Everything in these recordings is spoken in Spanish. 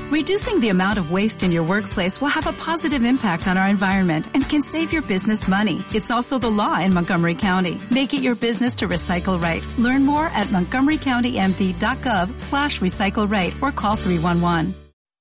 Reducing the amount of waste in your workplace will have a positive impact on our environment and can save your business money. It's also the law in Montgomery County. Make it your business to recycle right. Learn more at montgomerycountymd.gov/recycle right or call 311.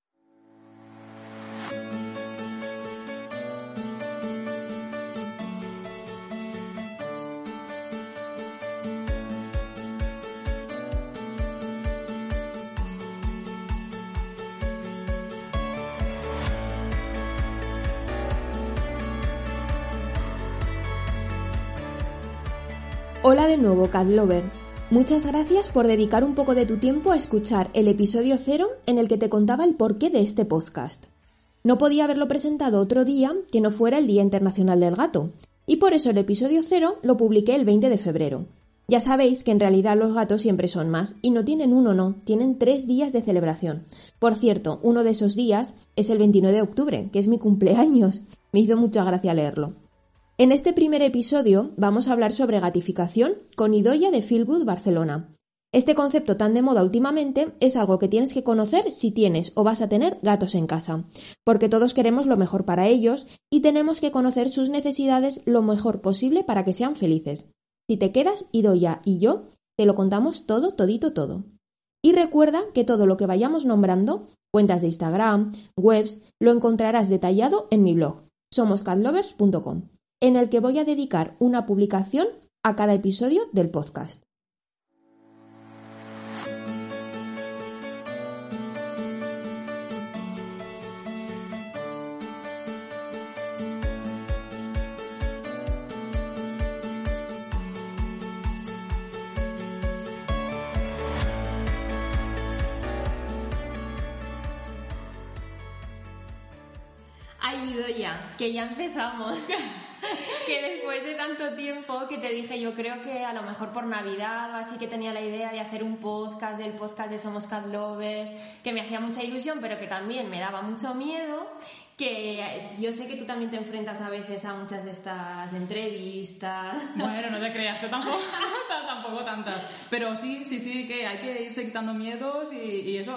Hola de nuevo, Cat Lover. Muchas gracias por dedicar un poco de tu tiempo a escuchar el episodio 0 en el que te contaba el porqué de este podcast. No podía haberlo presentado otro día que no fuera el Día Internacional del Gato, y por eso el episodio 0 lo publiqué el 20 de febrero. Ya sabéis que en realidad los gatos siempre son más, y no tienen uno, no, tienen 3 días de celebración. Por cierto, uno de esos días es el 29 de octubre, que es mi cumpleaños. Me hizo mucha gracia leerlo. En este primer episodio vamos a hablar sobre gatificación con Idoia de Feel Good Barcelona. Este concepto tan de moda últimamente es algo que tienes que conocer si tienes o vas a tener gatos en casa, porque todos queremos lo mejor para ellos y tenemos que conocer sus necesidades lo mejor posible para que sean felices. Si te quedas, Idoia y yo te lo contamos todo, todito, todo. Y recuerda que todo lo que vayamos nombrando, cuentas de Instagram, webs, lo encontrarás detallado en mi blog, somoscatlovers.com. en el que voy a dedicar una publicación a cada episodio del podcast. Ay, Idoia, que ya empezamos. Que después de tanto tiempo que te dije, yo creo que a lo mejor por Navidad o así, que tenía la idea de hacer un podcast de Somos Cat Lovers, que me hacía mucha ilusión, pero que también me daba mucho miedo. Que yo sé que tú también te enfrentas a veces a muchas de estas entrevistas. Bueno, no te creas, yo tampoco tantas. Pero sí, que hay que irse quitando miedos y eso,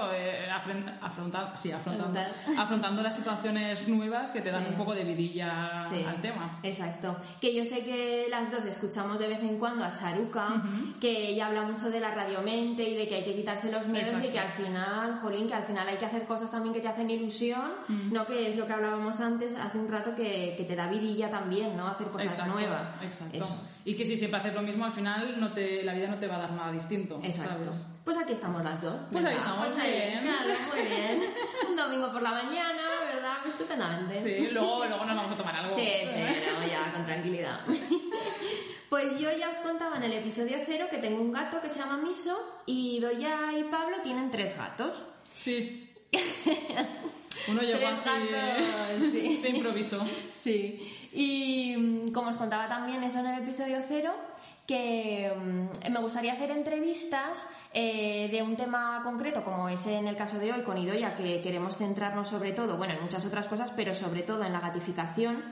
afrontando las situaciones nuevas que te dan un poco de vidilla al tema. Exacto. Que yo sé que las dos escuchamos de vez en cuando a Charuca, que ella habla mucho de la radiomente y de que hay que quitarse los miedos. Exacto. Y que al final, que al final hay que hacer cosas también que te hacen ilusión, no que es lo que hablábamos antes hace un rato, que te da vidilla también, ¿no? Hacer cosas nuevas. Exacto. Eso. Y que si siempre haces lo mismo, al final la vida no te va a dar nada distinto. Exacto. ¿Sabes? Pues aquí estamos las dos. Pues ahí estamos, pues bien. Claro, muy bien. Un domingo por la mañana, ¿verdad? Estupendamente. Sí, luego nos vamos a tomar algo. Sí, no, ya, con tranquilidad. Pues yo ya os contaba en el episodio 0 que tengo un gato que se llama Miso y Idoia y Pablo tienen 3 gatos. Sí. Uno llegó así de improviso. Sí. Y como os contaba también eso en el episodio 0, que me gustaría hacer entrevistas de un tema concreto, como es en el caso de hoy con Idoia, que queremos centrarnos sobre todo, bueno, en muchas otras cosas, pero sobre todo en la gatificación.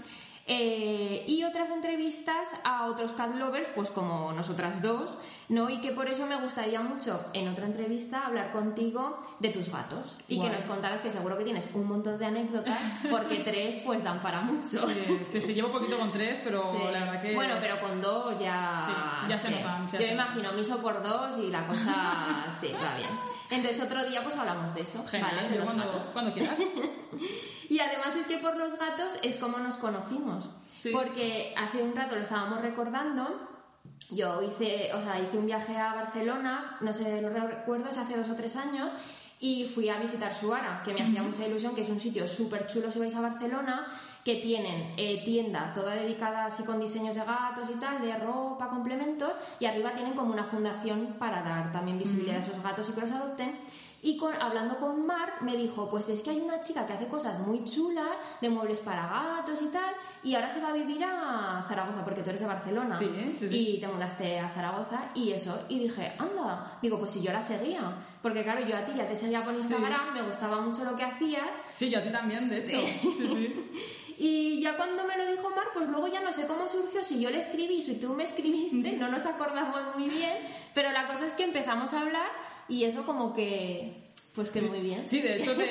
Y otras entrevistas a otros cat lovers, pues como nosotras dos, ¿no? Y que por eso me gustaría mucho en otra entrevista hablar contigo de tus gatos y Guay. Que nos contaras, que seguro que tienes un montón de anécdotas, porque 3 pues dan para mucho. Sí, llevo poquito con 3, pero la verdad que... Bueno, pero con 2 ya... Sí, ya se notan. Yo me imagino Miso por 2 y la cosa sí, va bien. Entonces otro día pues hablamos de eso. Genial, ¿vale? De los gatos. Cuando quieras. Y además es que por los gatos es como nos conocimos. Sí. Porque hace un rato lo estábamos recordando. Yo hice un viaje a Barcelona, no recuerdo, es hace 2 o 3 años, y fui a visitar Suara, que me hacía mucha ilusión, que es un sitio súper chulo si vais a Barcelona, que tienen tienda toda dedicada así con diseños de gatos y tal, de ropa, complementos, y arriba tienen como una fundación para dar también visibilidad a esos gatos y que los adopten. Y hablando con Marc me dijo, pues es que hay una chica que hace cosas muy chulas de muebles para gatos y tal, y ahora se va a vivir a Zaragoza, porque tú eres de Barcelona. Sí. Y te mudaste a Zaragoza y eso, y dije, anda, digo, pues si yo la seguía, porque claro, yo a ti ya te seguía por Instagram, me gustaba mucho lo que hacías. Sí, yo a ti también, de hecho. Sí. Y ya cuando me lo dijo Marc, pues luego ya no sé cómo surgió, si yo le escribí, si tú me escribiste, no nos acordamos muy bien, pero la cosa es que empezamos a hablar y eso como que Pues que muy bien. Sí, de hecho,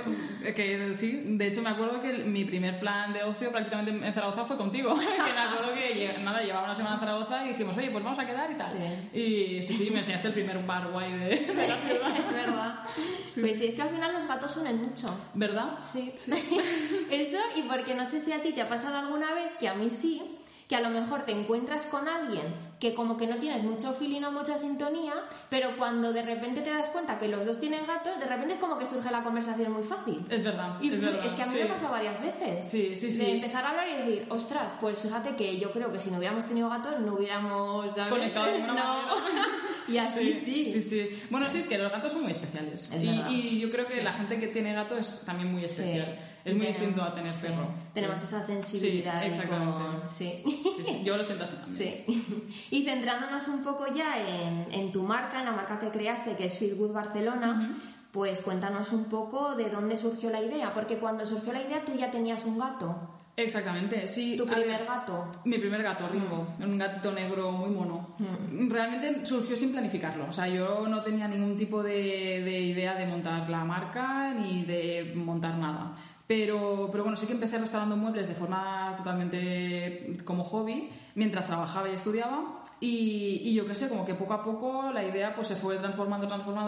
de hecho me acuerdo que mi primer plan de ocio prácticamente en Zaragoza fue contigo. Que me acuerdo que llevaba una semana en Zaragoza y dijimos, oye, pues vamos a quedar y tal. Sí. Y sí, me enseñaste el primer bar guay de la ciudad. Es verdad. Sí. Pues sí, es que al final los gatos unen mucho. ¿Verdad? Sí. Eso, y porque no sé si a ti te ha pasado alguna vez, que a mí sí, que a lo mejor te encuentras con alguien que como que no tienes mucho feeling o mucha sintonía, pero cuando de repente te das cuenta que los dos tienen gatos, de repente es como que surge la conversación muy fácil. Es verdad. Y es que a mí me ha pasado varias veces. Sí. De empezar a hablar y decir, ostras, pues fíjate que yo creo que si no hubiéramos tenido gatos no hubiéramos... ¿sabes? Conectado de una manera. Y así sí. Bueno, sí, es que los gatos son muy especiales. Y yo creo que la gente que tiene gato es también muy especial. Sí. Es muy distinto a tener perro. Tenemos esa sensibilidad. Sí, exactamente. Sí. Yo lo siento así también. Sí. Y centrándonos un poco ya en tu marca, en la marca que creaste, que es Feel Good Barcelona, pues cuéntanos un poco de dónde surgió la idea. Porque cuando surgió la idea tú ya tenías un gato. Exactamente, sí. ¿Tu primer gato? Mi primer gato, Ringo, un gatito negro muy mono. Realmente surgió sin planificarlo, o sea, yo no tenía ningún tipo de idea de montar la marca ni de montar nada. Pero bueno, sí que empecé restaurando muebles de forma totalmente como hobby, mientras trabajaba y estudiaba. Y yo qué sé, como que poco a poco la idea pues se fue transformando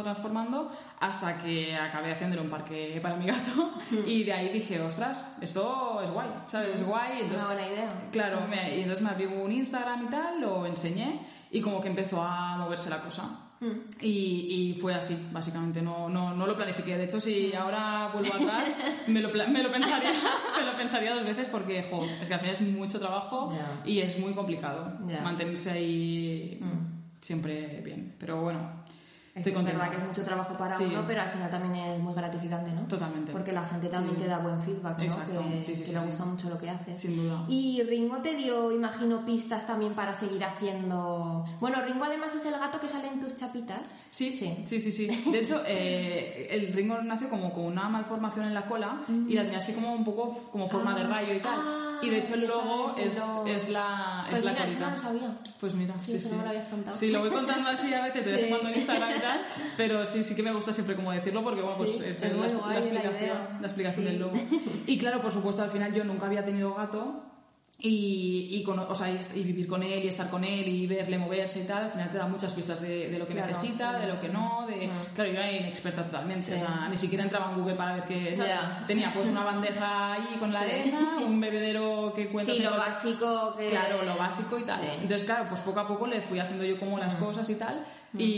hasta que acabé haciéndole un parque para mi gato. Y de ahí dije, ostras, esto es guay, ¿sabes? Es guay. Entonces, una buena idea. Claro, y entonces me abrí un Instagram y tal, lo enseñé y como que empezó a moverse la cosa. Y fue así, básicamente, no lo planifiqué. De hecho, si ahora vuelvo atrás, me lo pensaría 2 veces porque, es que al final es mucho trabajo y es muy complicado mantenerse ahí siempre bien. Pero bueno, es verdad que es mucho trabajo para uno, pero al final también es muy gratificante, ¿no? Totalmente. Porque la gente también te da buen feedback, ¿no? Exacto. Que le gusta mucho lo que haces. Sin duda. Y Ringo te dio, imagino, pistas también para seguir haciendo... Bueno, Ringo además es el gato que sale en tus chapitas. Sí. De hecho, el Ringo nació como con una malformación en la cola y la tenía así como un poco como forma de rayo y tal. Y de hecho el logo es la pues la mira, carita. Eso no lo sabía. Pues mira, sí. No me lo habías contado. Sí, lo voy contando así a veces de vez en cuando en Instagram y tal, pero sí que me gusta siempre como decirlo porque bueno, pues es la explicación del logo. Y claro, por supuesto, al final yo nunca había tenido gato. Y vivir con él y estar con él y verle moverse y tal, al final te da muchas pistas de lo que necesita, de lo que no, claro, yo era inexperta totalmente, o sea, ni siquiera entraba en Google para ver qué, ¿sabes? Tenía pues una bandeja ahí con la arena, un bebedero que cuenta lo básico que... Claro, lo básico y tal. Entonces, claro, pues poco a poco le fui haciendo yo como las cosas y tal.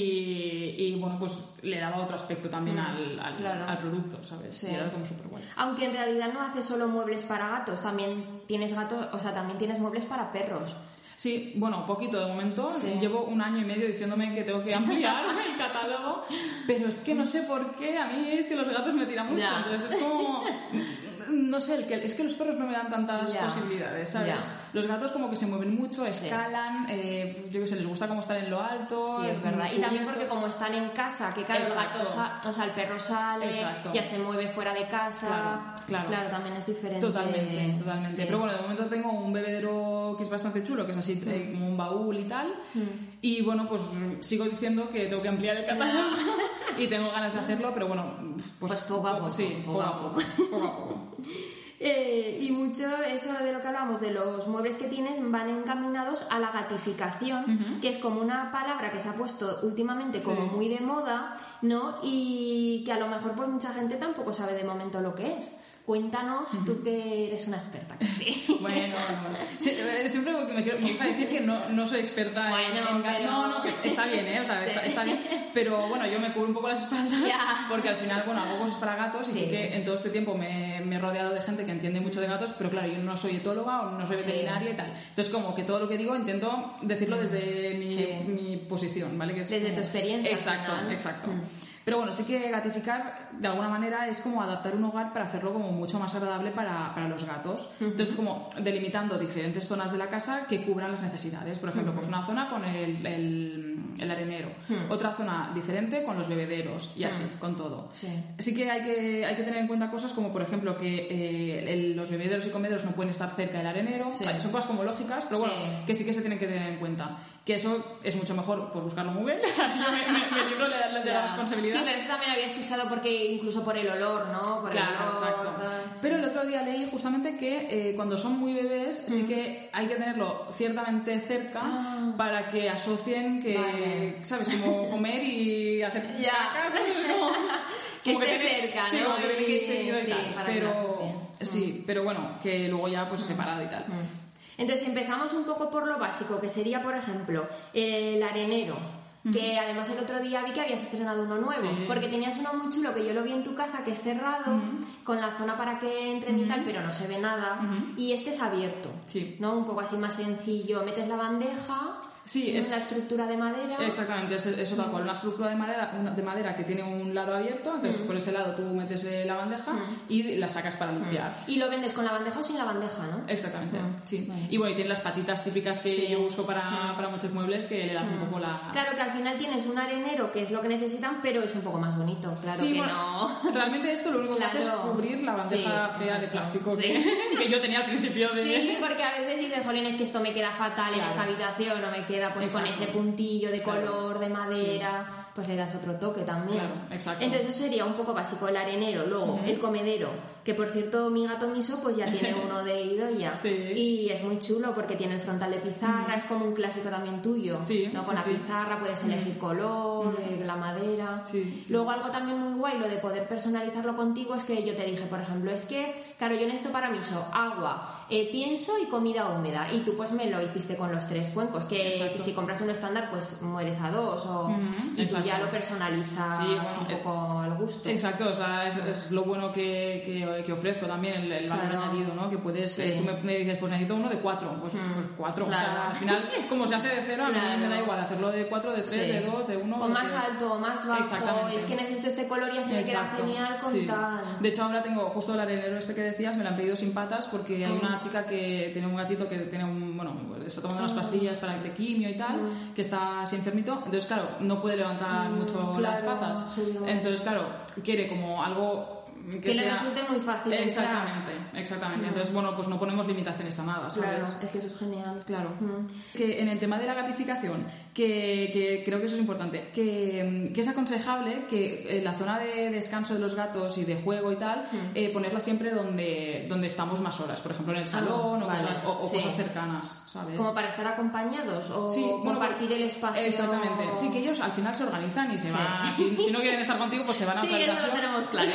Y bueno, pues le daba otro aspecto también al producto, ¿sabes? Sí. Y era como súper guay. Aunque en realidad no haces solo muebles para gatos, también tienes gatos, o sea, también tienes muebles para perros. Sí, bueno, poquito de momento. Llevo 1 año y medio diciéndome que tengo que ampliar el catálogo, pero es que no sé por qué, a mí es que los gatos me tiran mucho, entonces es como... No sé, es que los perros no me dan tantas posibilidades, ¿sabes? Los gatos como que se mueven mucho, escalan, yo que sé, les gusta como estar en lo alto. Sí, es verdad. Y también porque como están en casa, que claro, el perro sale, ya se mueve fuera de casa. Claro, también es diferente. Totalmente. Sí. Pero bueno, de momento tengo un bebedero que es bastante chulo, que es así como un baúl y tal. Y bueno, pues sigo diciendo que tengo que ampliar el catálogo y tengo ganas de hacerlo, pero bueno, pues poco a poco. Sí, poco a poco. Y mucho eso de lo que hablamos de los muebles que tienes van encaminados a la gatificación, que es como una palabra que se ha puesto últimamente como muy de moda, ¿no? Y que a lo mejor pues mucha gente tampoco sabe de momento lo que es. Cuéntanos, tú que eres una experta. Bueno, siempre me gusta decir que no soy experta en gatos. No, que está bien, ¿eh? O sea, está bien. Pero bueno, yo me cubro un poco las espaldas porque al final, bueno, hago cosas para gatos y sí que en todo este tiempo me he rodeado de gente que entiende mucho de gatos, pero claro, yo no soy etóloga o no soy veterinaria y tal. Entonces, como que todo lo que digo intento decirlo desde mi posición, ¿vale? Que es desde tu experiencia. Exacto. Pero bueno, sí que gatificar de alguna manera es como adaptar un hogar para hacerlo como mucho más agradable para los gatos. Entonces, como delimitando diferentes zonas de la casa que cubran las necesidades. Por ejemplo, pues una zona con el arenero, otra zona diferente con los bebederos y así, con todo. Sí que hay que tener en cuenta cosas como, por ejemplo, que los bebederos y comederos no pueden estar cerca del arenero. Son cosas como lógicas, pero bueno, que sí que se tienen que tener en cuenta. que eso es mucho mejor pues buscarlo en Google, así yo me libro de la responsabilidad. Sí, pero eso también había escuchado porque incluso por el olor, ¿no? Por claro, el olor, exacto. Pero el otro día leí justamente que cuando son muy bebés sí que hay que tenerlo ciertamente cerca para que asocien que, ¿sabes? Como comer y hacer caca, ¿sabes? Como que esté cerca, ¿no? Sí, como que tiene que ir seguido y tal. Pero pero bueno, que luego ya pues separado y tal. Entonces empezamos un poco por lo básico, que sería, por ejemplo, el arenero. Que además el otro día vi que habías estrenado uno nuevo, porque tenías uno muy chulo que yo lo vi en tu casa, que es cerrado, con la zona para que entren y tal, pero no se ve nada, y este es abierto, ¿no? Un poco así más sencillo, metes la bandeja, es la estructura de madera. Exactamente, es eso tal cual, una estructura de madera que tiene un lado abierto, entonces por ese lado tú metes la bandeja y la sacas para limpiar. Y lo vendes con la bandeja o sin la bandeja, ¿no? Exactamente, sí. Y bueno, y tiene las patitas típicas que yo uso para muchos muebles que le dan un poco la... Claro, que al final tienes un arenero que es lo que necesitan, pero es un poco más bonito, claro que no... Realmente esto lo único que hace es cubrir la bandeja fea de plástico que yo tenía al principio de... Sí, porque a veces dices, jolín, es que esto me queda fatal en esta habitación, o me queda pues con ese puntillo de color, de madera, pues le das otro toque también. Claro, exacto. Entonces eso sería un poco básico, el arenero, luego el comedero, que por cierto mi gato Miso pues ya tiene uno de Idoia y es muy chulo porque tiene el frontal de pizarra, es como un clásico también tuyo, ¿no? Con la pizarra puedes elegir color, la madera. Luego algo también muy guay, lo de poder personalizarlo contigo, es que yo te dije, por ejemplo, es que, claro, yo necesito para Miso agua, pienso y comida húmeda, y tú pues me lo hiciste con los 3 cuencos, que si compras uno estándar pues mueres a 2 y tú ya lo personalizas un poco al gusto. Exacto, o sea, es lo bueno que ofrezco también, el valor añadido, ¿no? Que puedes, tú me dices, pues necesito uno de 4, pues 4, o sea, al final, como se hace de 0, a mí me da igual hacerlo de 4, de 3, de 2, de 1... O más alto, o más bajo, es que necesito este color y así me queda genial con tal... De hecho, ahora tengo justo el arenero este que decías, me lo han pedido sin patas porque hay una chica que tiene un gatito que tiene está tomando unas pastillas para de quimio y tal, que está así enfermito, entonces claro, no puede levantar mucho las patas, entonces claro, quiere como algo que le resulte muy fácil. Exactamente. Entonces, bueno, pues no ponemos limitaciones a nada, ¿sabes? Claro, es que eso es genial. Claro. Que en el tema de la gatificación, que creo que eso es importante, que es aconsejable que en la zona de descanso de los gatos y de juego y tal, ponerla siempre donde estamos más horas, por ejemplo en el salón o cosas cercanas, ¿sabes? Como para estar acompañados o compartir el espacio. Exactamente. Sí, que ellos al final se organizan y se van. Si no quieren estar contigo, pues se van a otra habitación. Sí, eso lo tenemos claro,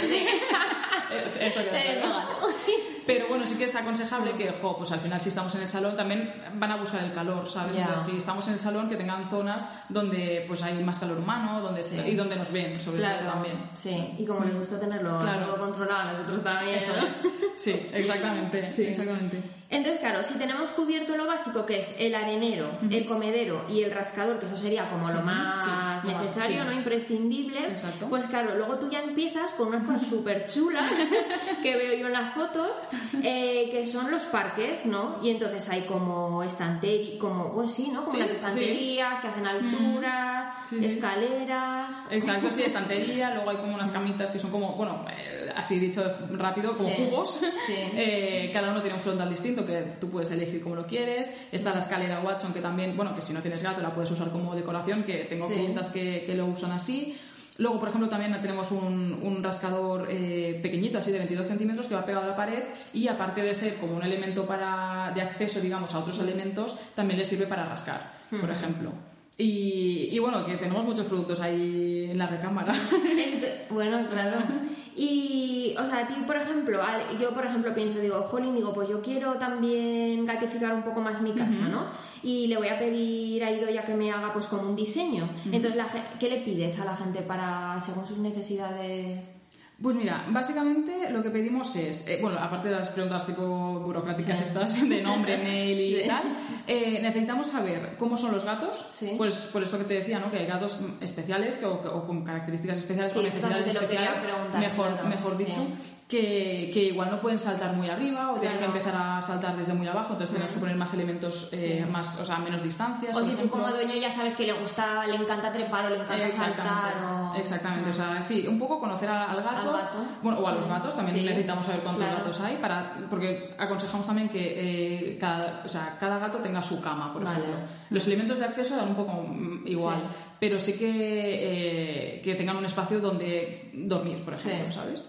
Eso queda claro. Pero bueno, sí que es aconsejable que, pues al final si estamos en el salón también van a buscar el calor, ¿sabes? Entonces si estamos en el salón que tengan zonas donde pues hay más calor humano y donde nos ven, sobre todo también. Sí, y como les gusta tenerlo todo controlado, nosotros también. Eso es. Sí, exactamente. Entonces, claro, si tenemos cubierto lo básico, que es el arenero, el comedero y el rascador, que eso sería como lo más necesario, ¿no? Imprescindible. Exacto. Pues claro, luego tú ya empiezas con unas cosas súper chulas que veo yo en las fotos, que son los parques, ¿no? Y entonces hay como estanterías, como unas estanterías que hacen altura, escaleras... Exacto, sí, estantería, luego hay como unas camitas que son como, así dicho rápido, como cubos. Cada uno tiene un frontal distinto que tú puedes elegir como lo quieres. Está la escalera Watson, que también, que si no tienes gato la puedes usar como decoración, que tengo clientas que lo usan así. Luego, por ejemplo, también tenemos un rascador pequeñito, así de 22 centímetros, que va pegado a la pared y aparte de ser como un elemento de acceso, digamos, a otros elementos, también le sirve para rascar, por ejemplo. Y bueno, que tenemos muchos productos ahí en la recámara. Bueno, claro. Y, o sea, a ti, por ejemplo, yo, por ejemplo, pienso, pues yo quiero también gatificar un poco más mi casa, ¿no? Y le voy a pedir a Idoia que me haga, pues, como un diseño. Entonces, ¿qué le pides a la gente según sus necesidades? Pues mira, básicamente lo que pedimos es, aparte de las preguntas tipo burocráticas estas de nombre, mail y tal, necesitamos saber cómo son los gatos, pues por esto que te decía, ¿no? Que hay gatos especiales o con características especiales, con necesidades especiales, mejor dicho, que igual no pueden saltar muy arriba o tienen que empezar a saltar desde muy abajo, entonces tenemos que poner más elementos, más, o sea, menos distancias. O si tú como dueño ya sabes que le encanta trepar o le encanta saltar. Exactamente, o sea, sí, un poco conocer al gato. Bueno, o a los gatos, también necesitamos saber cuántos gatos hay, porque aconsejamos también que cada gato tenga su cama, por ejemplo. Los elementos de acceso dan un poco igual, pero sí que tengan un espacio donde dormir, por ejemplo, ¿sabes?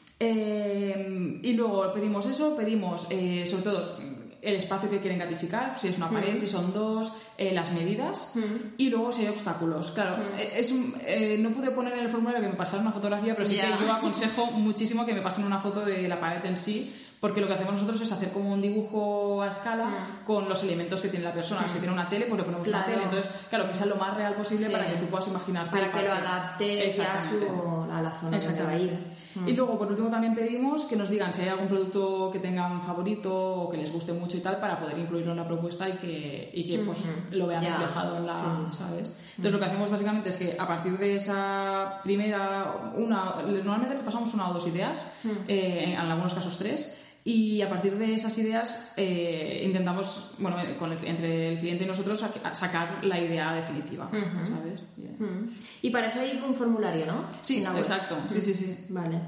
Y luego pedimos sobre todo el espacio que quieren gratificar, si es una pared, si son dos, las medidas y luego si hay obstáculos. Claro, no pude poner en el formulario que me pasaran una fotografía, pero sí que yo aconsejo muchísimo que me pasen una foto de la pared en sí, porque lo que hacemos nosotros es hacer como un dibujo a escala con los elementos que tiene la persona. Si tiene una tele, pues le ponemos una tele. Entonces, claro, que sea lo más real posible para que tú puedas imaginarte. Para que lo adapte ya a la zona donde va a ir. Y luego, por último, también pedimos que nos digan si hay algún producto que tengan favorito o que les guste mucho y tal, para poder incluirlo en la propuesta y que pues, lo vean reflejado en la... ¿sabes? Entonces, lo que hacemos básicamente es que a partir de esa primera... normalmente les pasamos 1 o 2 ideas, en algunos casos 3, y a partir de esas ideas intentamos, bueno, entre el cliente y nosotros, sacar la idea definitiva, ¿sabes? Y para eso hay un formulario, ¿no? Sí, exacto. Sí. Vale.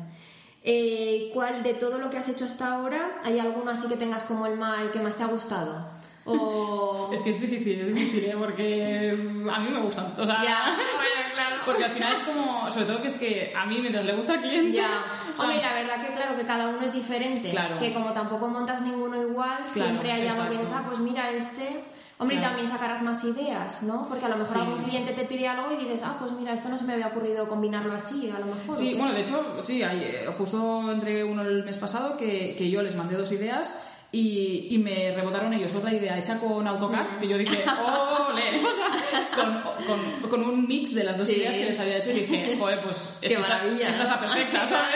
¿Cuál de todo lo que has hecho hasta ahora, hay alguno así que tengas como el que más te ha gustado? O... Es que es difícil, porque a mí me gustan, o sea... bueno, claro. Porque al final es como, sobre todo que es que a mí mientras le gusta al cliente... Hombre, la verdad que claro, que cada uno es diferente, que como tampoco montas ninguno igual, siempre hay algo que dices, pues mira Hombre, y también sacarás más ideas, ¿no? Porque a lo mejor algún cliente te pide algo y dices, pues mira, esto no se me había ocurrido combinarlo así, a lo mejor. Sí, bueno, de hecho, sí, justo entré uno el mes pasado que yo les mandé 2 ideas y me rebotaron ellos otra idea hecha con AutoCAD, que yo dije, ¡ole! O sea, con un mix de las 2 ideas que les había hecho y dije, joder, pues ¡qué maravilla! Esta es la perfecta, ¿sabes?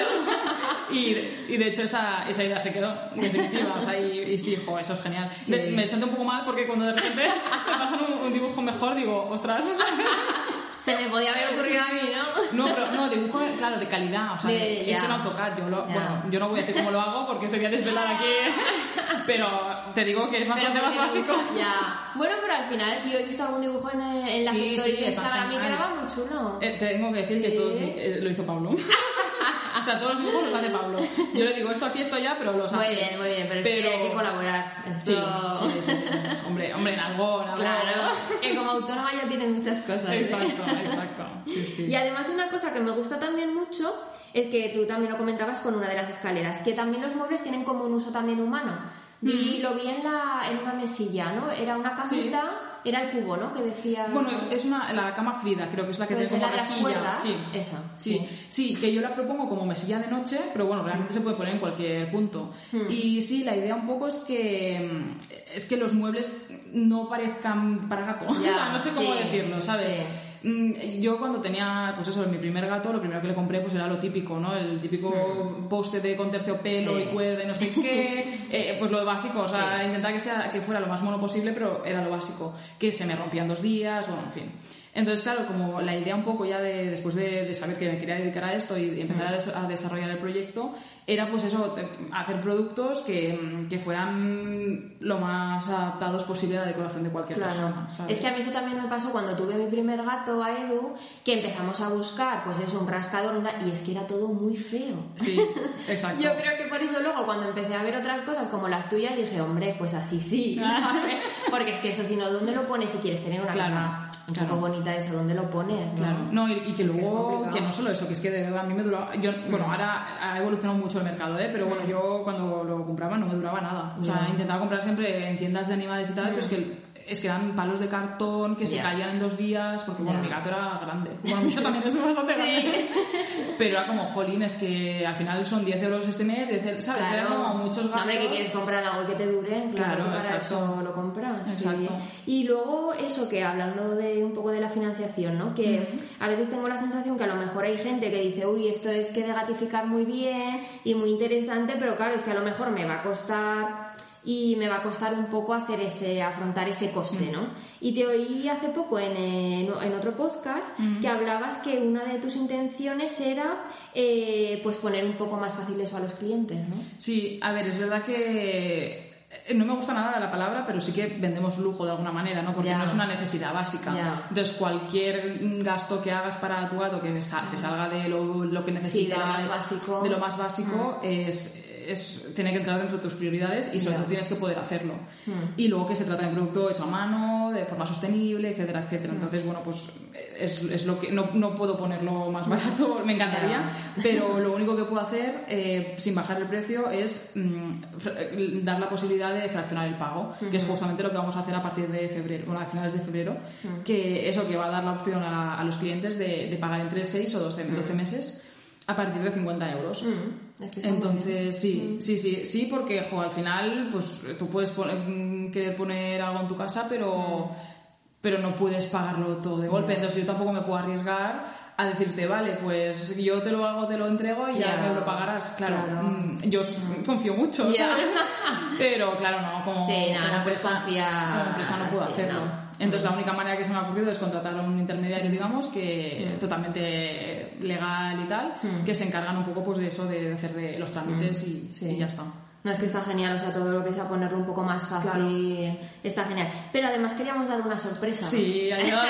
Y de hecho esa idea se quedó definitiva, o sea, y sí, joder, eso es genial. Me siento un poco mal porque cuando de repente me pasan un dibujo mejor, digo, ¡ostras! Se me podía haber ocurrido a mí, ¿no? No, pero no, dibujo, claro, de calidad, o sea, hecho en AutoCAD. Bueno, yo no voy a decir cómo lo hago porque sería desvelar aquí, pero te digo que es bastante más básico. Bueno, pero al final yo he visto algún dibujo en las stories de Instagram y quedaba muy chulo. Tengo que decir que todo lo hizo Pablo. O sea, todos los dibujos los hace Pablo. Yo le digo esto aquí, esto allá, pero los hace. Muy bien, pero es que hay que colaborar. Sí. Hombre, en algo. Claro, que como autónoma ya tienen muchas cosas. Exacto. Sí. Y además una cosa que me gusta también mucho es que tú también lo comentabas con una de las escaleras, que también los muebles tienen como un uso también humano. Lo vi en una mesilla, ¿no? Era una camita... Era el cubo, ¿no? Que decía... Bueno, es la cama Frida, creo que es la que tiene como rejilla. Esa. Sí, que yo la propongo como mesilla de noche, pero bueno, realmente se puede poner en cualquier punto. Y sí, la idea un poco es que los muebles no parezcan para gato. O sea, no sé cómo decirlo, ¿sabes? Sí. Yo cuando tenía, pues eso, mi primer gato, lo primero que le compré pues era lo típico, ¿no? El típico poste con terciopelo y cuerda y no sé qué, pues lo básico, o sea, intentar que fuera lo más mono posible, pero era lo básico, que se me rompían 2 días, bueno, en fin. Entonces, claro, como la idea un poco ya después de saber que me quería dedicar a esto y empezar a desarrollar el proyecto, era pues eso, hacer productos que fueran lo más adaptados posible a la decoración de cualquier persona, ¿sabes? Es que a mí eso también me pasó cuando tuve mi primer gato, a Edu, que empezamos a buscar, pues eso, un rascador, y es que era todo muy feo. Sí, exacto. Yo creo que por eso luego cuando empecé a ver otras cosas como las tuyas, dije, hombre, pues así sí, ¿sabes? Porque es que eso, si no, ¿dónde lo pones si quieres tener una cama un poco bonita? Eso, ¿dónde lo pones? ¿No? Claro, no, y que luego, que no solo eso, que es que de verdad a mí me duraba, bueno, ahora ha evolucionado mucho el mercado, pero bueno, yo cuando lo compraba no me duraba nada, o sea, intentaba comprar siempre en tiendas de animales y tal, pero es que eran palos de cartón que se caían en 2 días, porque bueno, mi gato era grande, bueno, mi yo también es bastante grande, pero era como, jolín, es que al final son 10 euros este mes, ¿sabes? Eran como muchos gastos. Hombre, que quieres comprar algo que te dure, claro, para eso lo compras. Exacto. Y luego eso, que hablando de un poco de la financiación, ¿no? Que a veces tengo la sensación que a lo mejor hay gente que dice, uy, esto es que de gratificar muy bien y muy interesante, pero claro, es que a lo mejor me va a costar y me va a costar un poco afrontar ese coste, ¿no? Y te oí hace poco en otro podcast que hablabas que una de tus intenciones era pues poner un poco más fácil eso a los clientes, ¿no? Sí, a ver, es verdad que no me gusta nada la palabra, pero sí que vendemos lujo de alguna manera, ¿no? Porque no es una necesidad básica. Entonces, cualquier gasto que hagas para tu gato que se salga de lo que necesita, de lo más básico, tiene que entrar dentro de tus prioridades y sobre todo tienes que poder hacerlo. Y luego que se trata de un producto hecho a mano, de forma sostenible, etcétera, etcétera. Entonces, bueno, pues es lo que no puedo ponerlo más barato, me encantaría, pero lo único que puedo hacer sin bajar el precio es dar la posibilidad de fraccionar el pago, que es justamente lo que vamos a hacer a partir de febrero, bueno, a finales de febrero, que va a dar la opción a los clientes de pagar entre 6 o 12 meses a partir de 50 euros. Entonces, sí, porque al final pues tú puedes querer poner algo en tu casa, pero no puedes pagarlo todo de golpe. Entonces yo tampoco me puedo arriesgar a decirte, vale, pues yo te lo hago, te lo entrego y ya me lo pagarás. Claro. Yo confío mucho, ¿sabes? Pero claro, no, como empresa no puedo hacerlo. No. Entonces la única manera que se me ha ocurrido es contratar a un intermediario, digamos, que totalmente legal y tal, que se encargan un poco pues de eso, de hacer los trámites y ya está. No, es que está genial, o sea, todo lo que sea ponerlo un poco más fácil está genial. Pero además queríamos dar una sorpresa. Sí, ha llegado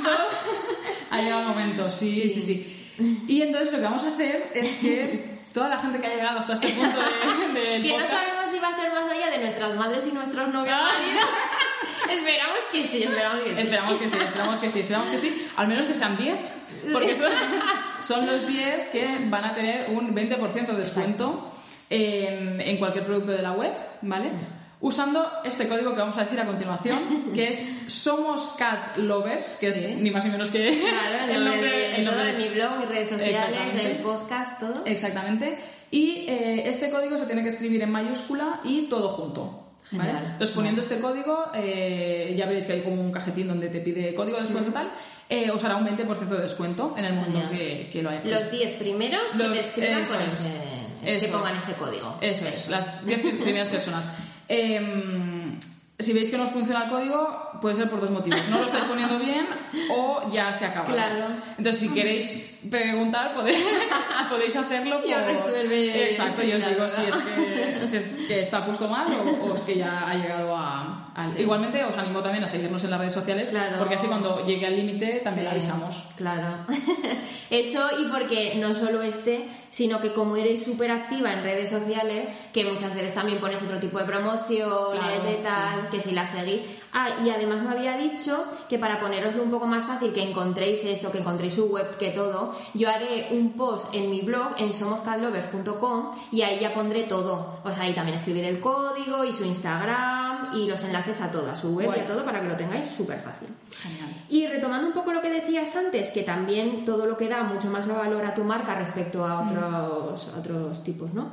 el momento. Sí. Y entonces lo que vamos a hacer es que toda la gente que ha llegado hasta este punto del que podcast... no sabemos si va a ser más allá de nuestras madres y nuestros novios. Esperamos que sí. Esperamos que sí. Al menos que sean 10, porque son los 10 que van a tener un 20% de descuento en cualquier producto de la web, ¿vale? Usando este código que vamos a decir a continuación, que es Somos Cat Lovers, que es ni más ni menos que el nombre de mi blog, mis redes sociales, del podcast, todo. Exactamente. Y este código se tiene que escribir en mayúscula y todo junto. ¿Vale? Entonces, poniendo este código, ya veréis que hay como un cajetín donde te pide código de descuento tal, os hará un 20% de descuento en el momento que lo haya. Los 10 primeros que te escriban con que pongan ese código. Eso es, las 10 primeras personas. Si veis que no os funciona el código, puede ser por dos motivos. No lo estáis poniendo bien o ya se acaba. Claro. Entonces, si queréis preguntar, podéis hacerlo. Yo resuelve. Exacto, yo os digo si es que está puesto mal o es que ya ha llegado a... Igualmente, os animo también a seguirnos en las redes sociales, porque así cuando llegue al límite también avisamos. Claro. Eso, y porque no solo sino que como eres súper activa en redes sociales, que muchas veces también pones otro tipo de promociones, de tal, que si la seguís. Y además me había dicho que para poneroslo un poco más fácil, que encontréis esto, que encontréis su web, que todo, yo haré un post en mi blog, en somoscatlovers.com, y ahí ya pondré todo. O sea, ahí también escribiré el código y su Instagram y los enlaces a todo, a su web y a todo, para que lo tengáis súper fácil. Genial. Y retomando un poco lo que decías antes, que también todo lo que da mucho más valor a tu marca respecto a otros tipos, ¿no?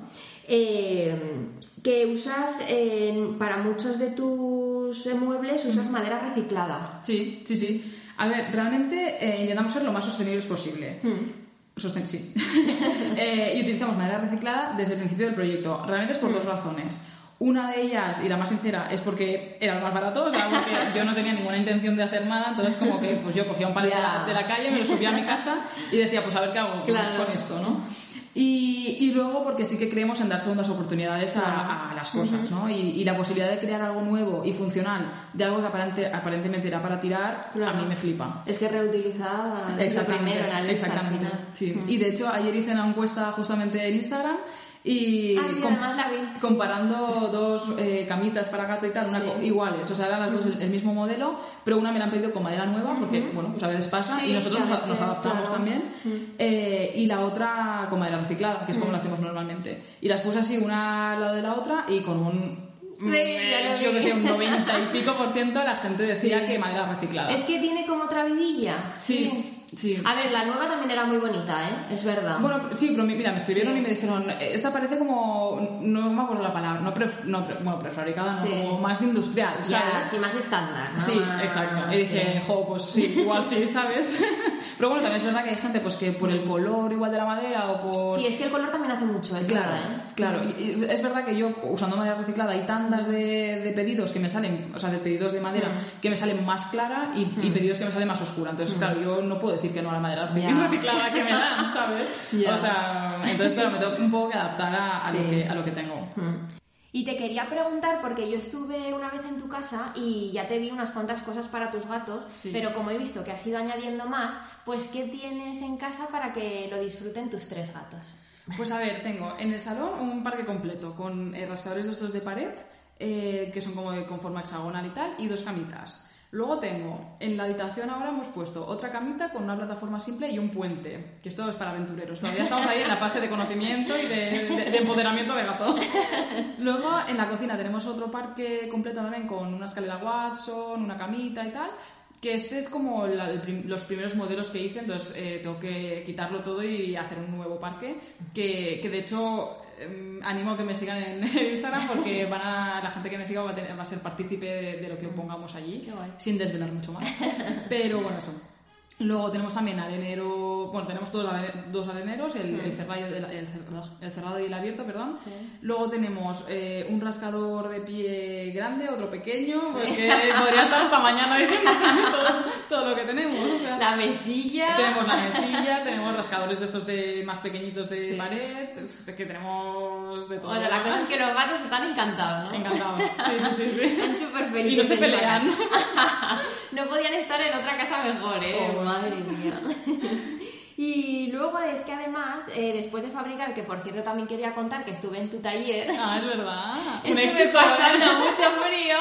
Que usas para muchos de tus muebles usas madera reciclada. Sí. A ver, realmente intentamos ser lo más sostenibles posible. Sí. Y utilizamos madera reciclada desde el principio del proyecto. Realmente es por dos razones. Una de ellas, y la más sincera, es porque era lo más barato, o sea, porque yo no tenía ninguna intención de hacer nada, entonces como que pues yo cogía un palet de la calle, me lo subía a mi casa y decía, pues a ver qué hago con esto, ¿no? Y luego porque sí que creemos en dar segundas oportunidades a las cosas, ¿no? Y la posibilidad de crear algo nuevo y funcional de algo que aparentemente era para tirar, a mí me flipa. Es que reutiliza lo primero en la lista. Exactamente, sí. Y de hecho ayer hice una encuesta justamente en Instagram y además la vi. Comparando dos camitas para gato y tal, iguales, o sea, eran las dos el mismo modelo, pero una me la han pedido con madera nueva porque, bueno, pues a veces pasa y nosotros nos adaptamos también, y la otra con madera reciclada, que es como lo hacemos normalmente, y las puse así una al lado de la otra y con un yo que sé, un 90 y pico % la gente decía que madera reciclada. Es que tiene como otra vidilla. Sí. A ver, la nueva también era muy bonita, es verdad. Bueno, sí, pero mira, me escribieron y me dijeron, esta parece como, no me acuerdo la palabra, prefabricada, como más industrial, ¿sabes? Sí, más estándar, ¿no? Sí, exacto. Y dije, pues sí, igual sí, ¿sabes? Pero bueno, también es verdad que hay gente pues que por el color igual de la madera o por... Sí, es que el color también hace mucho, Claro, verdad, ¿eh? claro. Y es verdad que yo, usando madera reciclada, hay tandas de pedidos que me salen, o sea, de pedidos de madera que me salen más clara y pedidos que me salen más oscura. Entonces, claro, yo no puedo decir que no a la madera reciclada que me dan, ¿sabes? O sea, entonces, claro, me tengo un poco que adaptar a lo que tengo. Y te quería preguntar, porque yo estuve una vez en tu casa y ya te vi unas cuantas cosas para tus gatos, pero como he visto que has ido añadiendo más, pues ¿qué tienes en casa para que lo disfruten tus 3 gatos? Pues a ver, tengo en el salón un parque completo con rascadores de estos de pared, que son como con forma hexagonal y tal, y 2 camitas. Luego tengo, en la habitación ahora hemos puesto otra camita con una plataforma simple y un puente, que esto es para aventureros. Todavía estamos ahí en la fase de conocimiento y de empoderamiento de gato. Luego, en la cocina tenemos otro parque completo también con una escalera Watson, una camita y tal, que este es como los primeros modelos que hice, entonces tengo que quitarlo todo y hacer un nuevo parque, que de hecho... animo a que me sigan en Instagram porque la gente que me siga va a ser partícipe de lo que pongamos allí, sin desvelar mucho más. Pero bueno, eso. Luego tenemos también arenero, bueno, tenemos dos areneros, el cerrado y el abierto, perdón. Sí. Luego tenemos un rascador de pie grande, otro pequeño, porque podría estar hasta mañana diciendo todo lo que tenemos. O sea, la mesilla. Tenemos la mesilla, tenemos rascadores de estos más pequeñitos de pared, que tenemos de todo. Bueno, la cosa es que los gatos están encantados, ¿no? Encantados, sí. Están súper felices. Y no se pelean. No podían estar en otra casa mejor, ¿eh? Oh, madre mía. Y luego es que además, después de fabricar, que por cierto también quería contar que estuve en tu taller. Ah, es verdad. Un éxito. Pasando mucho frío.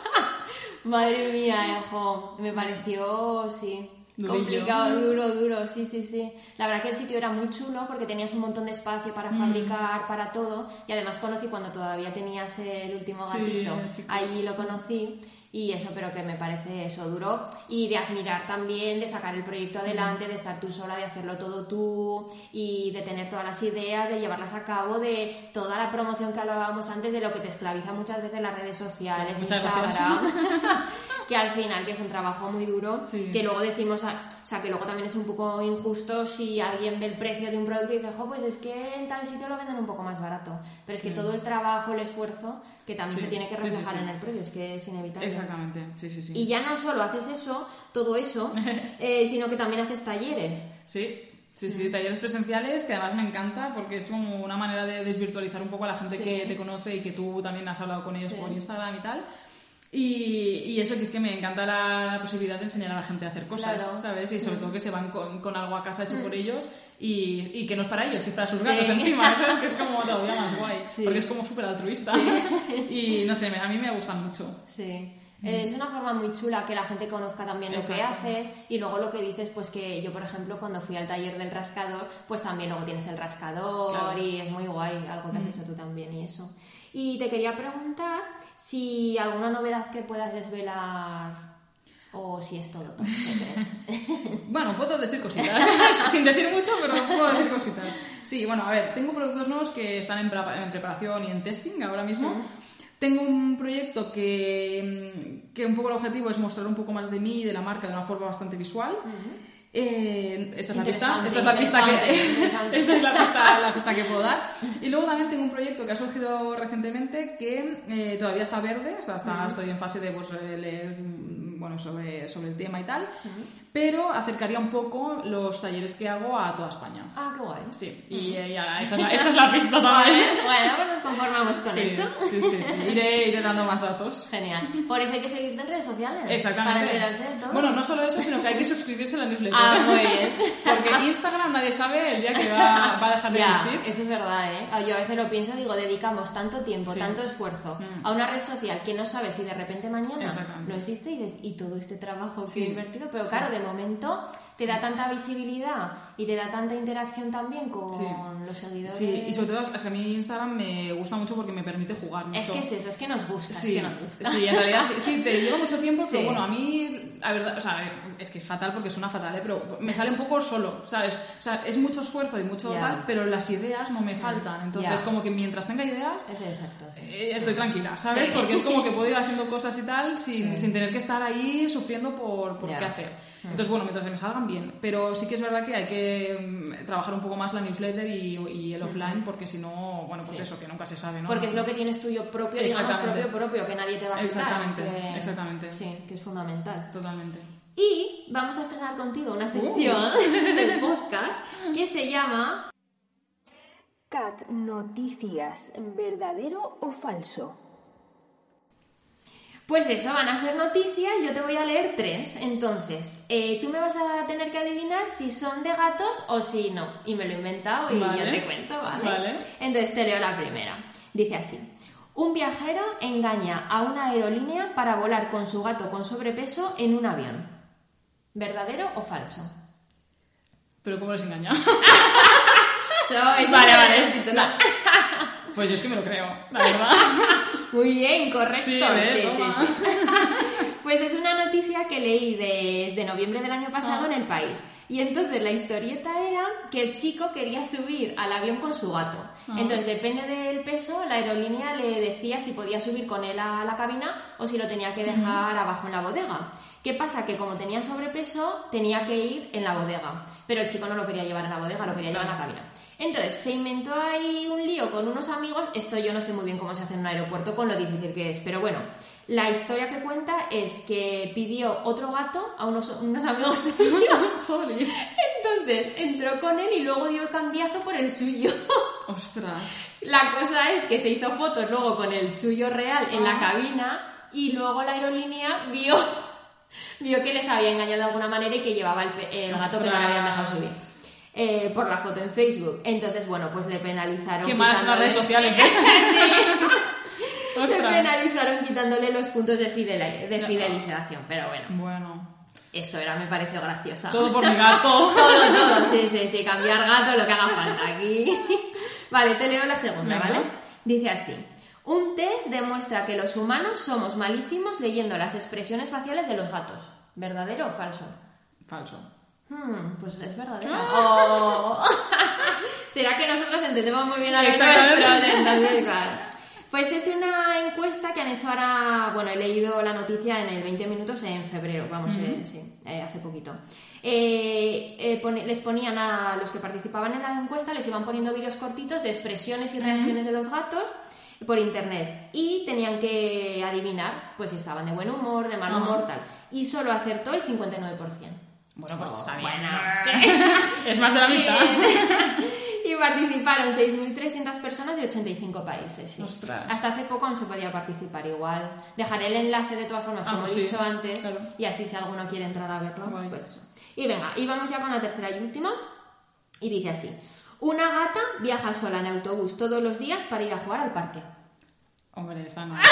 Madre mía, hijo. Me pareció, sí. Complicado, duro, sí. La verdad que el sitio era muy chulo porque tenías un montón de espacio para fabricar, para todo. Y además conocí cuando todavía tenías el último gatito. Allí lo conocí. Y eso, pero que me parece eso duro. Y de admirar también, de sacar el proyecto adelante, de estar tú sola, de hacerlo todo tú y de tener todas las ideas, de llevarlas a cabo, de toda la promoción que hablábamos antes, de lo que te esclaviza muchas veces las redes sociales, Instagram, que al final que es un trabajo muy duro, que luego decimos, o sea, que luego también es un poco injusto si alguien ve el precio de un producto y dice, pues es que en tal sitio lo venden un poco más barato, pero es que todo el trabajo, el esfuerzo, que también se tiene que reflejar en el precio, es que es inevitable. Exactamente, sí. Y ya no solo haces todo eso, sino que también haces talleres. Sí, talleres presenciales, que además me encanta porque es como una manera de desvirtualizar un poco a la gente que te conoce y que tú también has hablado con ellos por Instagram y tal. Y eso, que es que me encanta la posibilidad de enseñar a la gente a hacer cosas, ¿sabes? Y sobre todo que se van con algo a casa hecho por ellos y que no es para ellos, que es para sus gatos encima, ¿sabes? Que es como todavía más guay, porque es como súper altruista. Y no sé, a mí me gusta mucho. Sí. Es una forma muy chula que la gente conozca también lo que hace y luego lo que dices, pues que yo, por ejemplo, cuando fui al taller del rascador, pues también luego tienes el rascador y es muy guay, algo que has hecho tú también y eso. Y te quería preguntar si alguna novedad que puedas desvelar o si es todo secreto. Bueno, puedo decir cositas, sin decir mucho, pero puedo decir cositas. Sí, bueno, a ver, tengo productos nuevos que están en preparación y en testing ahora mismo. Tengo un proyecto que un poco el objetivo es mostrar un poco más de mí y de la marca de una forma bastante visual. Esta es la pista que puedo dar. Y luego también tengo un proyecto que ha surgido recientemente que todavía está verde, o sea, estoy en fase de leer sobre el tema y tal, pero acercaría un poco los talleres que hago a toda España. Ah, qué guay. Sí, y esa es la pista también. Bueno, pues nos conformamos con eso. Sí. Iré dando más datos. Genial. Por eso hay que seguirte en redes sociales. Exactamente. Para enterarse de todo. Bueno, no solo eso, sino que hay que suscribirse a la newsletter. Ah, muy bien. Porque Instagram nadie sabe el día que va a dejar de existir. Eso es verdad, ¿eh? Yo a veces lo pienso, digo, dedicamos tanto tiempo, tanto esfuerzo a una red social que no sabes si de repente mañana no existe y dices, y todo este trabajo que he invertido, pero claro, de momento te da tanta visibilidad y te da tanta interacción también con los seguidores. Sí, y sobre todo es que a mí Instagram me gusta mucho porque me permite jugar mucho. Es que es eso, es que nos gusta, sí, es que nos gusta. Sí, en realidad sí, te lleva mucho tiempo, pero Sí. bueno, a mí, la verdad, o sea, es que es fatal porque suena fatal, pero me sale un poco solo, ¿sabes? O sea, es mucho esfuerzo y mucho tal, pero las ideas no me faltan. Entonces, como que mientras tenga ideas, exacto. estoy tranquila, ¿sabes? Sí. Porque es como que puedo ir haciendo cosas y tal sin tener que estar ahí sufriendo por qué hacer. Entonces, bueno, mientras se me salgan bien. Pero sí que es verdad que hay que trabajar un poco más la newsletter y el offline, porque si no, bueno, pues eso, que nunca se sabe, ¿no? Porque es lo que tienes tuyo propio, digamos, propio, que nadie te va a quitar. Exactamente. Sí, que es fundamental. Totalmente. Y vamos a estrenar contigo una sección del podcast que se llama Cat Noticias, ¿verdadero o falso? Pues eso, van a ser noticias, yo te voy a leer 3. Entonces, tú me vas a tener que adivinar si son de gatos o si no. Y me lo he inventado y Vale. yo te cuento, ¿vale? Vale. Entonces te leo la primera. Dice así: un viajero engaña a una aerolínea para volar con su gato con sobrepeso en un avión. ¿Verdadero o falso? ¿Pero cómo les engaña? Vale. Pues yo es que me lo creo, la verdad. Muy bien, correcto. Sí, Sí. Pues es una noticia que leí desde noviembre del año pasado en El País. Y entonces la historieta era que el chico quería subir al avión con su gato. Entonces, depende del peso, la aerolínea le decía si podía subir con él a la cabina o si lo tenía que dejar abajo en la bodega. ¿Qué pasa? Que como tenía sobrepeso, tenía que ir en la bodega. Pero el chico no lo quería llevar en la bodega, lo quería llevar en la cabina. Entonces, se inventó ahí un lío con unos amigos. Esto yo no sé muy bien cómo se hace en un aeropuerto con lo difícil que es. Pero bueno, la historia que cuenta es que pidió otro gato a unos amigos suyos. Joder. Entonces, entró con él y luego dio el cambiazo por el suyo. Ostras. La cosa es que se hizo fotos luego con el suyo real en la cabina y luego la aerolínea vio que les había engañado de alguna manera y que llevaba el gato que no le habían dejado subir. Por la foto en Facebook. Entonces, bueno, pues le penalizaron. Qué malas son las redes sociales, ¿ves? Le penalizaron quitándole los puntos de fidelización. Pero bueno. Eso me pareció graciosa. Todo por mi gato. Todo. Sí. Cambiar gato, lo que haga falta aquí. Vale, te leo la segunda, ¿vale? Dice así: un test demuestra que los humanos somos malísimos leyendo las expresiones faciales de los gatos. ¿Verdadero o falso? Falso. Pues es verdadero. Oh. ¿Será que nosotros entendemos muy bien a los Exactamente. nuestros? Entonces, claro. Pues es una encuesta que han hecho ahora. Bueno, he leído la noticia en el 20 minutos en febrero, hace poquito. Les ponían a los que participaban en la encuesta, les iban poniendo vídeos cortitos de expresiones y reacciones de los gatos por internet y tenían que adivinar pues si estaban de buen humor, de mal humor, tal. Y solo acertó el 59%. Bueno, pues está bien. Bueno, es más de la mitad. Y participaron 6.300 personas de 85 países. Sí. Ostras. Hasta hace poco aún se podía participar igual. Dejaré el enlace de todas formas, como he dicho antes, claro. y así si alguno quiere entrar a verlo, Guay. pues eso. Y venga, y vamos ya con la tercera y última. Y dice así: una gata viaja sola en autobús todos los días para ir a jugar al parque. Hombre, esta no.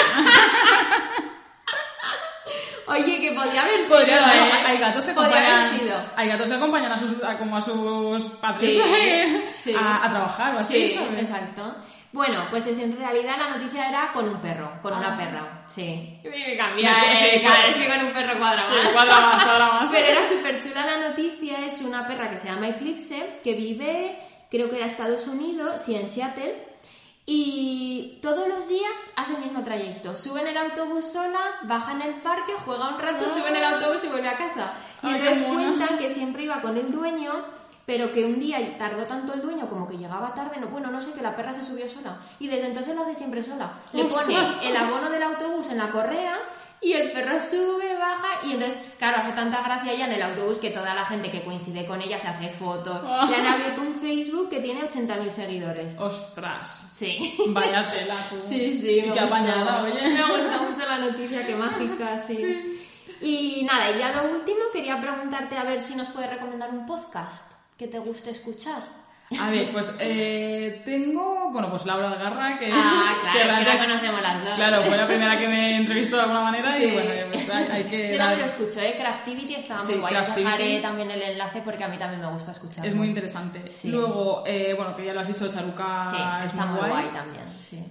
Oye, que podría haber sido. Hay gatos que Podría acompañan. haber sido. Hay gatos que acompañan a sus padres Sí. a trabajar o así, Sí, ¿sabes? exacto. Bueno, pues en realidad la noticia era con un perro, con una perra. Sí. Me cambia, Sí, es que con un perro cuadra Sí, más. cuadra más. Pero era súper chula la noticia. Es una perra que se llama Eclipse, que vive, creo que era Estados Unidos, sí, en Seattle. Y todos los días hace el mismo trayecto. Sube en el autobús sola, baja en el parque, juega un rato, sube en el autobús y vuelve a casa. Y Ay, entonces qué mona. cuentan que siempre iba con el dueño, pero que un día tardó tanto el dueño como que llegaba tarde, no sé, que la perra se subió sola. Y desde entonces lo hace siempre sola. Le pone el abono del autobús en la correa y el perro sube, baja, y entonces, claro, hace tanta gracia ella en el autobús que toda la gente que coincide con ella se hace fotos. Le han abierto un Facebook que tiene 80.000 seguidores. Ostras. Sí. Vaya tela, tú. Sí, Y qué apañada, oye. Me gusta mucho la noticia, qué mágica, sí. Y nada, y ya lo último, quería preguntarte a ver si nos puedes recomendar un podcast que te guste escuchar. A ver, pues tengo, pues Laura Algarra, que Claro, que realmente la conocemos las dos. Claro, fue la primera que me entrevistó de alguna manera y bueno, pues ahí Yo también lo escucho, Craftivity está muy guay. Os dejaré también el enlace porque a mí también me gusta escucharlo. Es muy interesante. Sí. Luego, bueno, que ya lo has dicho, Charuca está muy guay también, sí.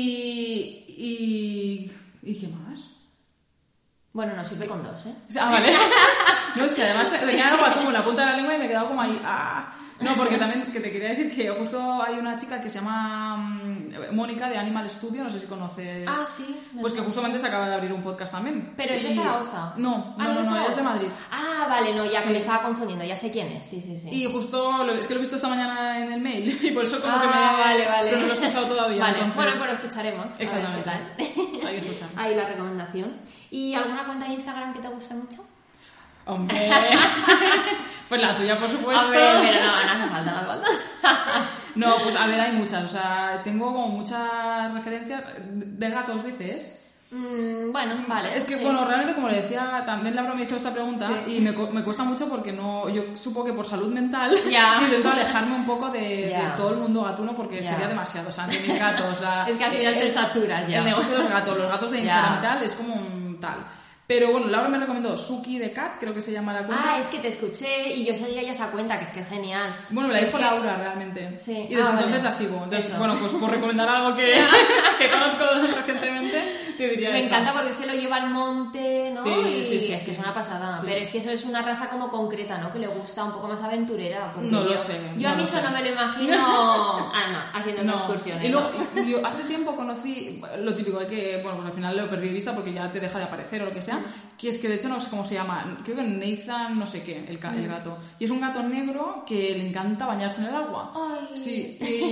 ¿Y qué más? Bueno, nos sirve con 2, Ah, vale. No, es que además tenía algo como en la punta de la lengua y me he quedado como ahí... No, porque también que te quería decir que justo hay una chica que se llama Mónica de Animal Studio, no sé si conoces. Ah, sí. Pues que justamente se acaba de abrir un podcast también. ¿Pero es de Zaragoza? No, es de Madrid. Ah, vale, no, ya que me estaba confundiendo, ya sé quién es, sí. Y justo, es que lo he visto esta mañana en el mail y por eso como que vale. Pero no lo he escuchado todavía. Vale, entonces... bueno, pues lo escucharemos. Exactamente. A ver qué tal. Hay que escuchar. Ahí la recomendación. ¿Y alguna cuenta de Instagram que te guste mucho? Hombre, pues la tuya, por supuesto. Hombre, pero no hace falta. No, pues a ver, hay muchas. O sea, tengo como muchas referencias. ¿De gatos dices? Bueno, vale. Es que, bueno, realmente, como le decía, también Laura me hizo esta pregunta y me cuesta mucho porque yo supongo que por salud mental intento alejarme un poco de todo el mundo gatuno porque sería demasiado. O sea, de mis gatos. Es que al final te saturas ya. El negocio de los gatos de Instagram y tal, es como un tal. Pero bueno, Laura me recomendó Suki the Cat, creo que se llama la cuenta. Es que te escuché y yo seguía ya esa cuenta, que es genial. Bueno, me la dijo Laura realmente. Sí. Y desde entonces la sigo. Entonces, bueno, pues por recomendar algo que conozco recientemente, te diría Me eso. encanta porque es que lo lleva al monte, ¿no? Sí, y es que es una pasada. Sí. Pero es que eso es una raza como concreta, ¿no? Que le gusta un poco más aventurera. No lo sé. Yo a mí eso no me lo imagino haciendo esa excursión. Y luego, yo hace tiempo conocí lo típico de que, bueno, pues al final lo perdí de vista porque ya te deja de aparecer o lo que sea. Que es que de hecho no sé cómo se llama, creo que Nathan no sé qué, el gato. Y es un gato negro que le encanta bañarse en el agua. Ay. Sí,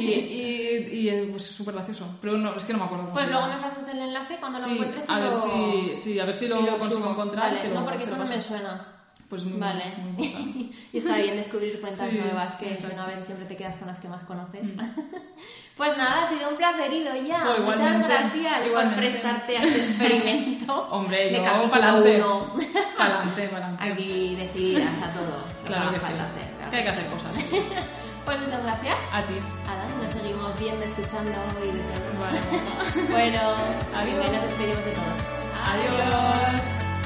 y pues es súper gracioso. Pero no, es que no me acuerdo. Pues luego me pasas el enlace cuando lo encuentres y a ver si lo consigo encontrar. Vale, no, porque eso no me suena. Pues muy Vale. Y está bien descubrir cuentas nuevas, que si no, a veces siempre te quedas con las que más conoces. Pues nada, ha sido un placer, ya. Muchas gracias por prestarte a este experimento. Hombre, de yo pa'lante. Pa'lante. Aquí decidirás a todo. Claro que sí. Que hay que hacer cosas. Pues muchas gracias. A ti. Nos seguimos viendo, escuchando y de todo. Vale. Bueno, adiós. Nos despedimos de todos. Adiós.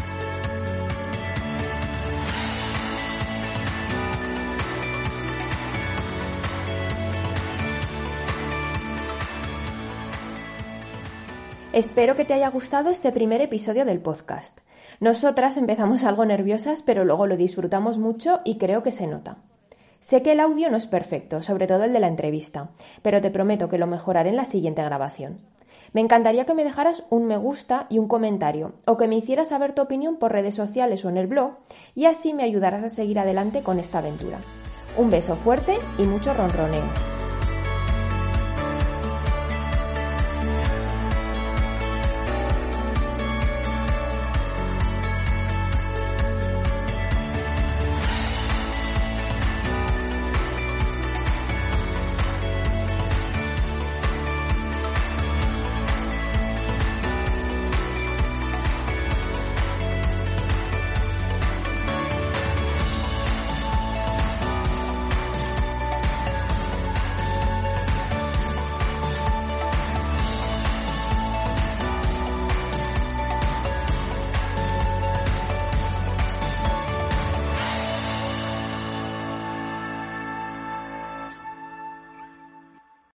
Espero que te haya gustado este primer episodio del podcast. Nosotras empezamos algo nerviosas, pero luego lo disfrutamos mucho y creo que se nota. Sé que el audio no es perfecto, sobre todo el de la entrevista, pero te prometo que lo mejoraré en la siguiente grabación. Me encantaría que me dejaras un me gusta y un comentario, o que me hicieras saber tu opinión por redes sociales o en el blog, y así me ayudarás a seguir adelante con esta aventura. Un beso fuerte y mucho ronroneo.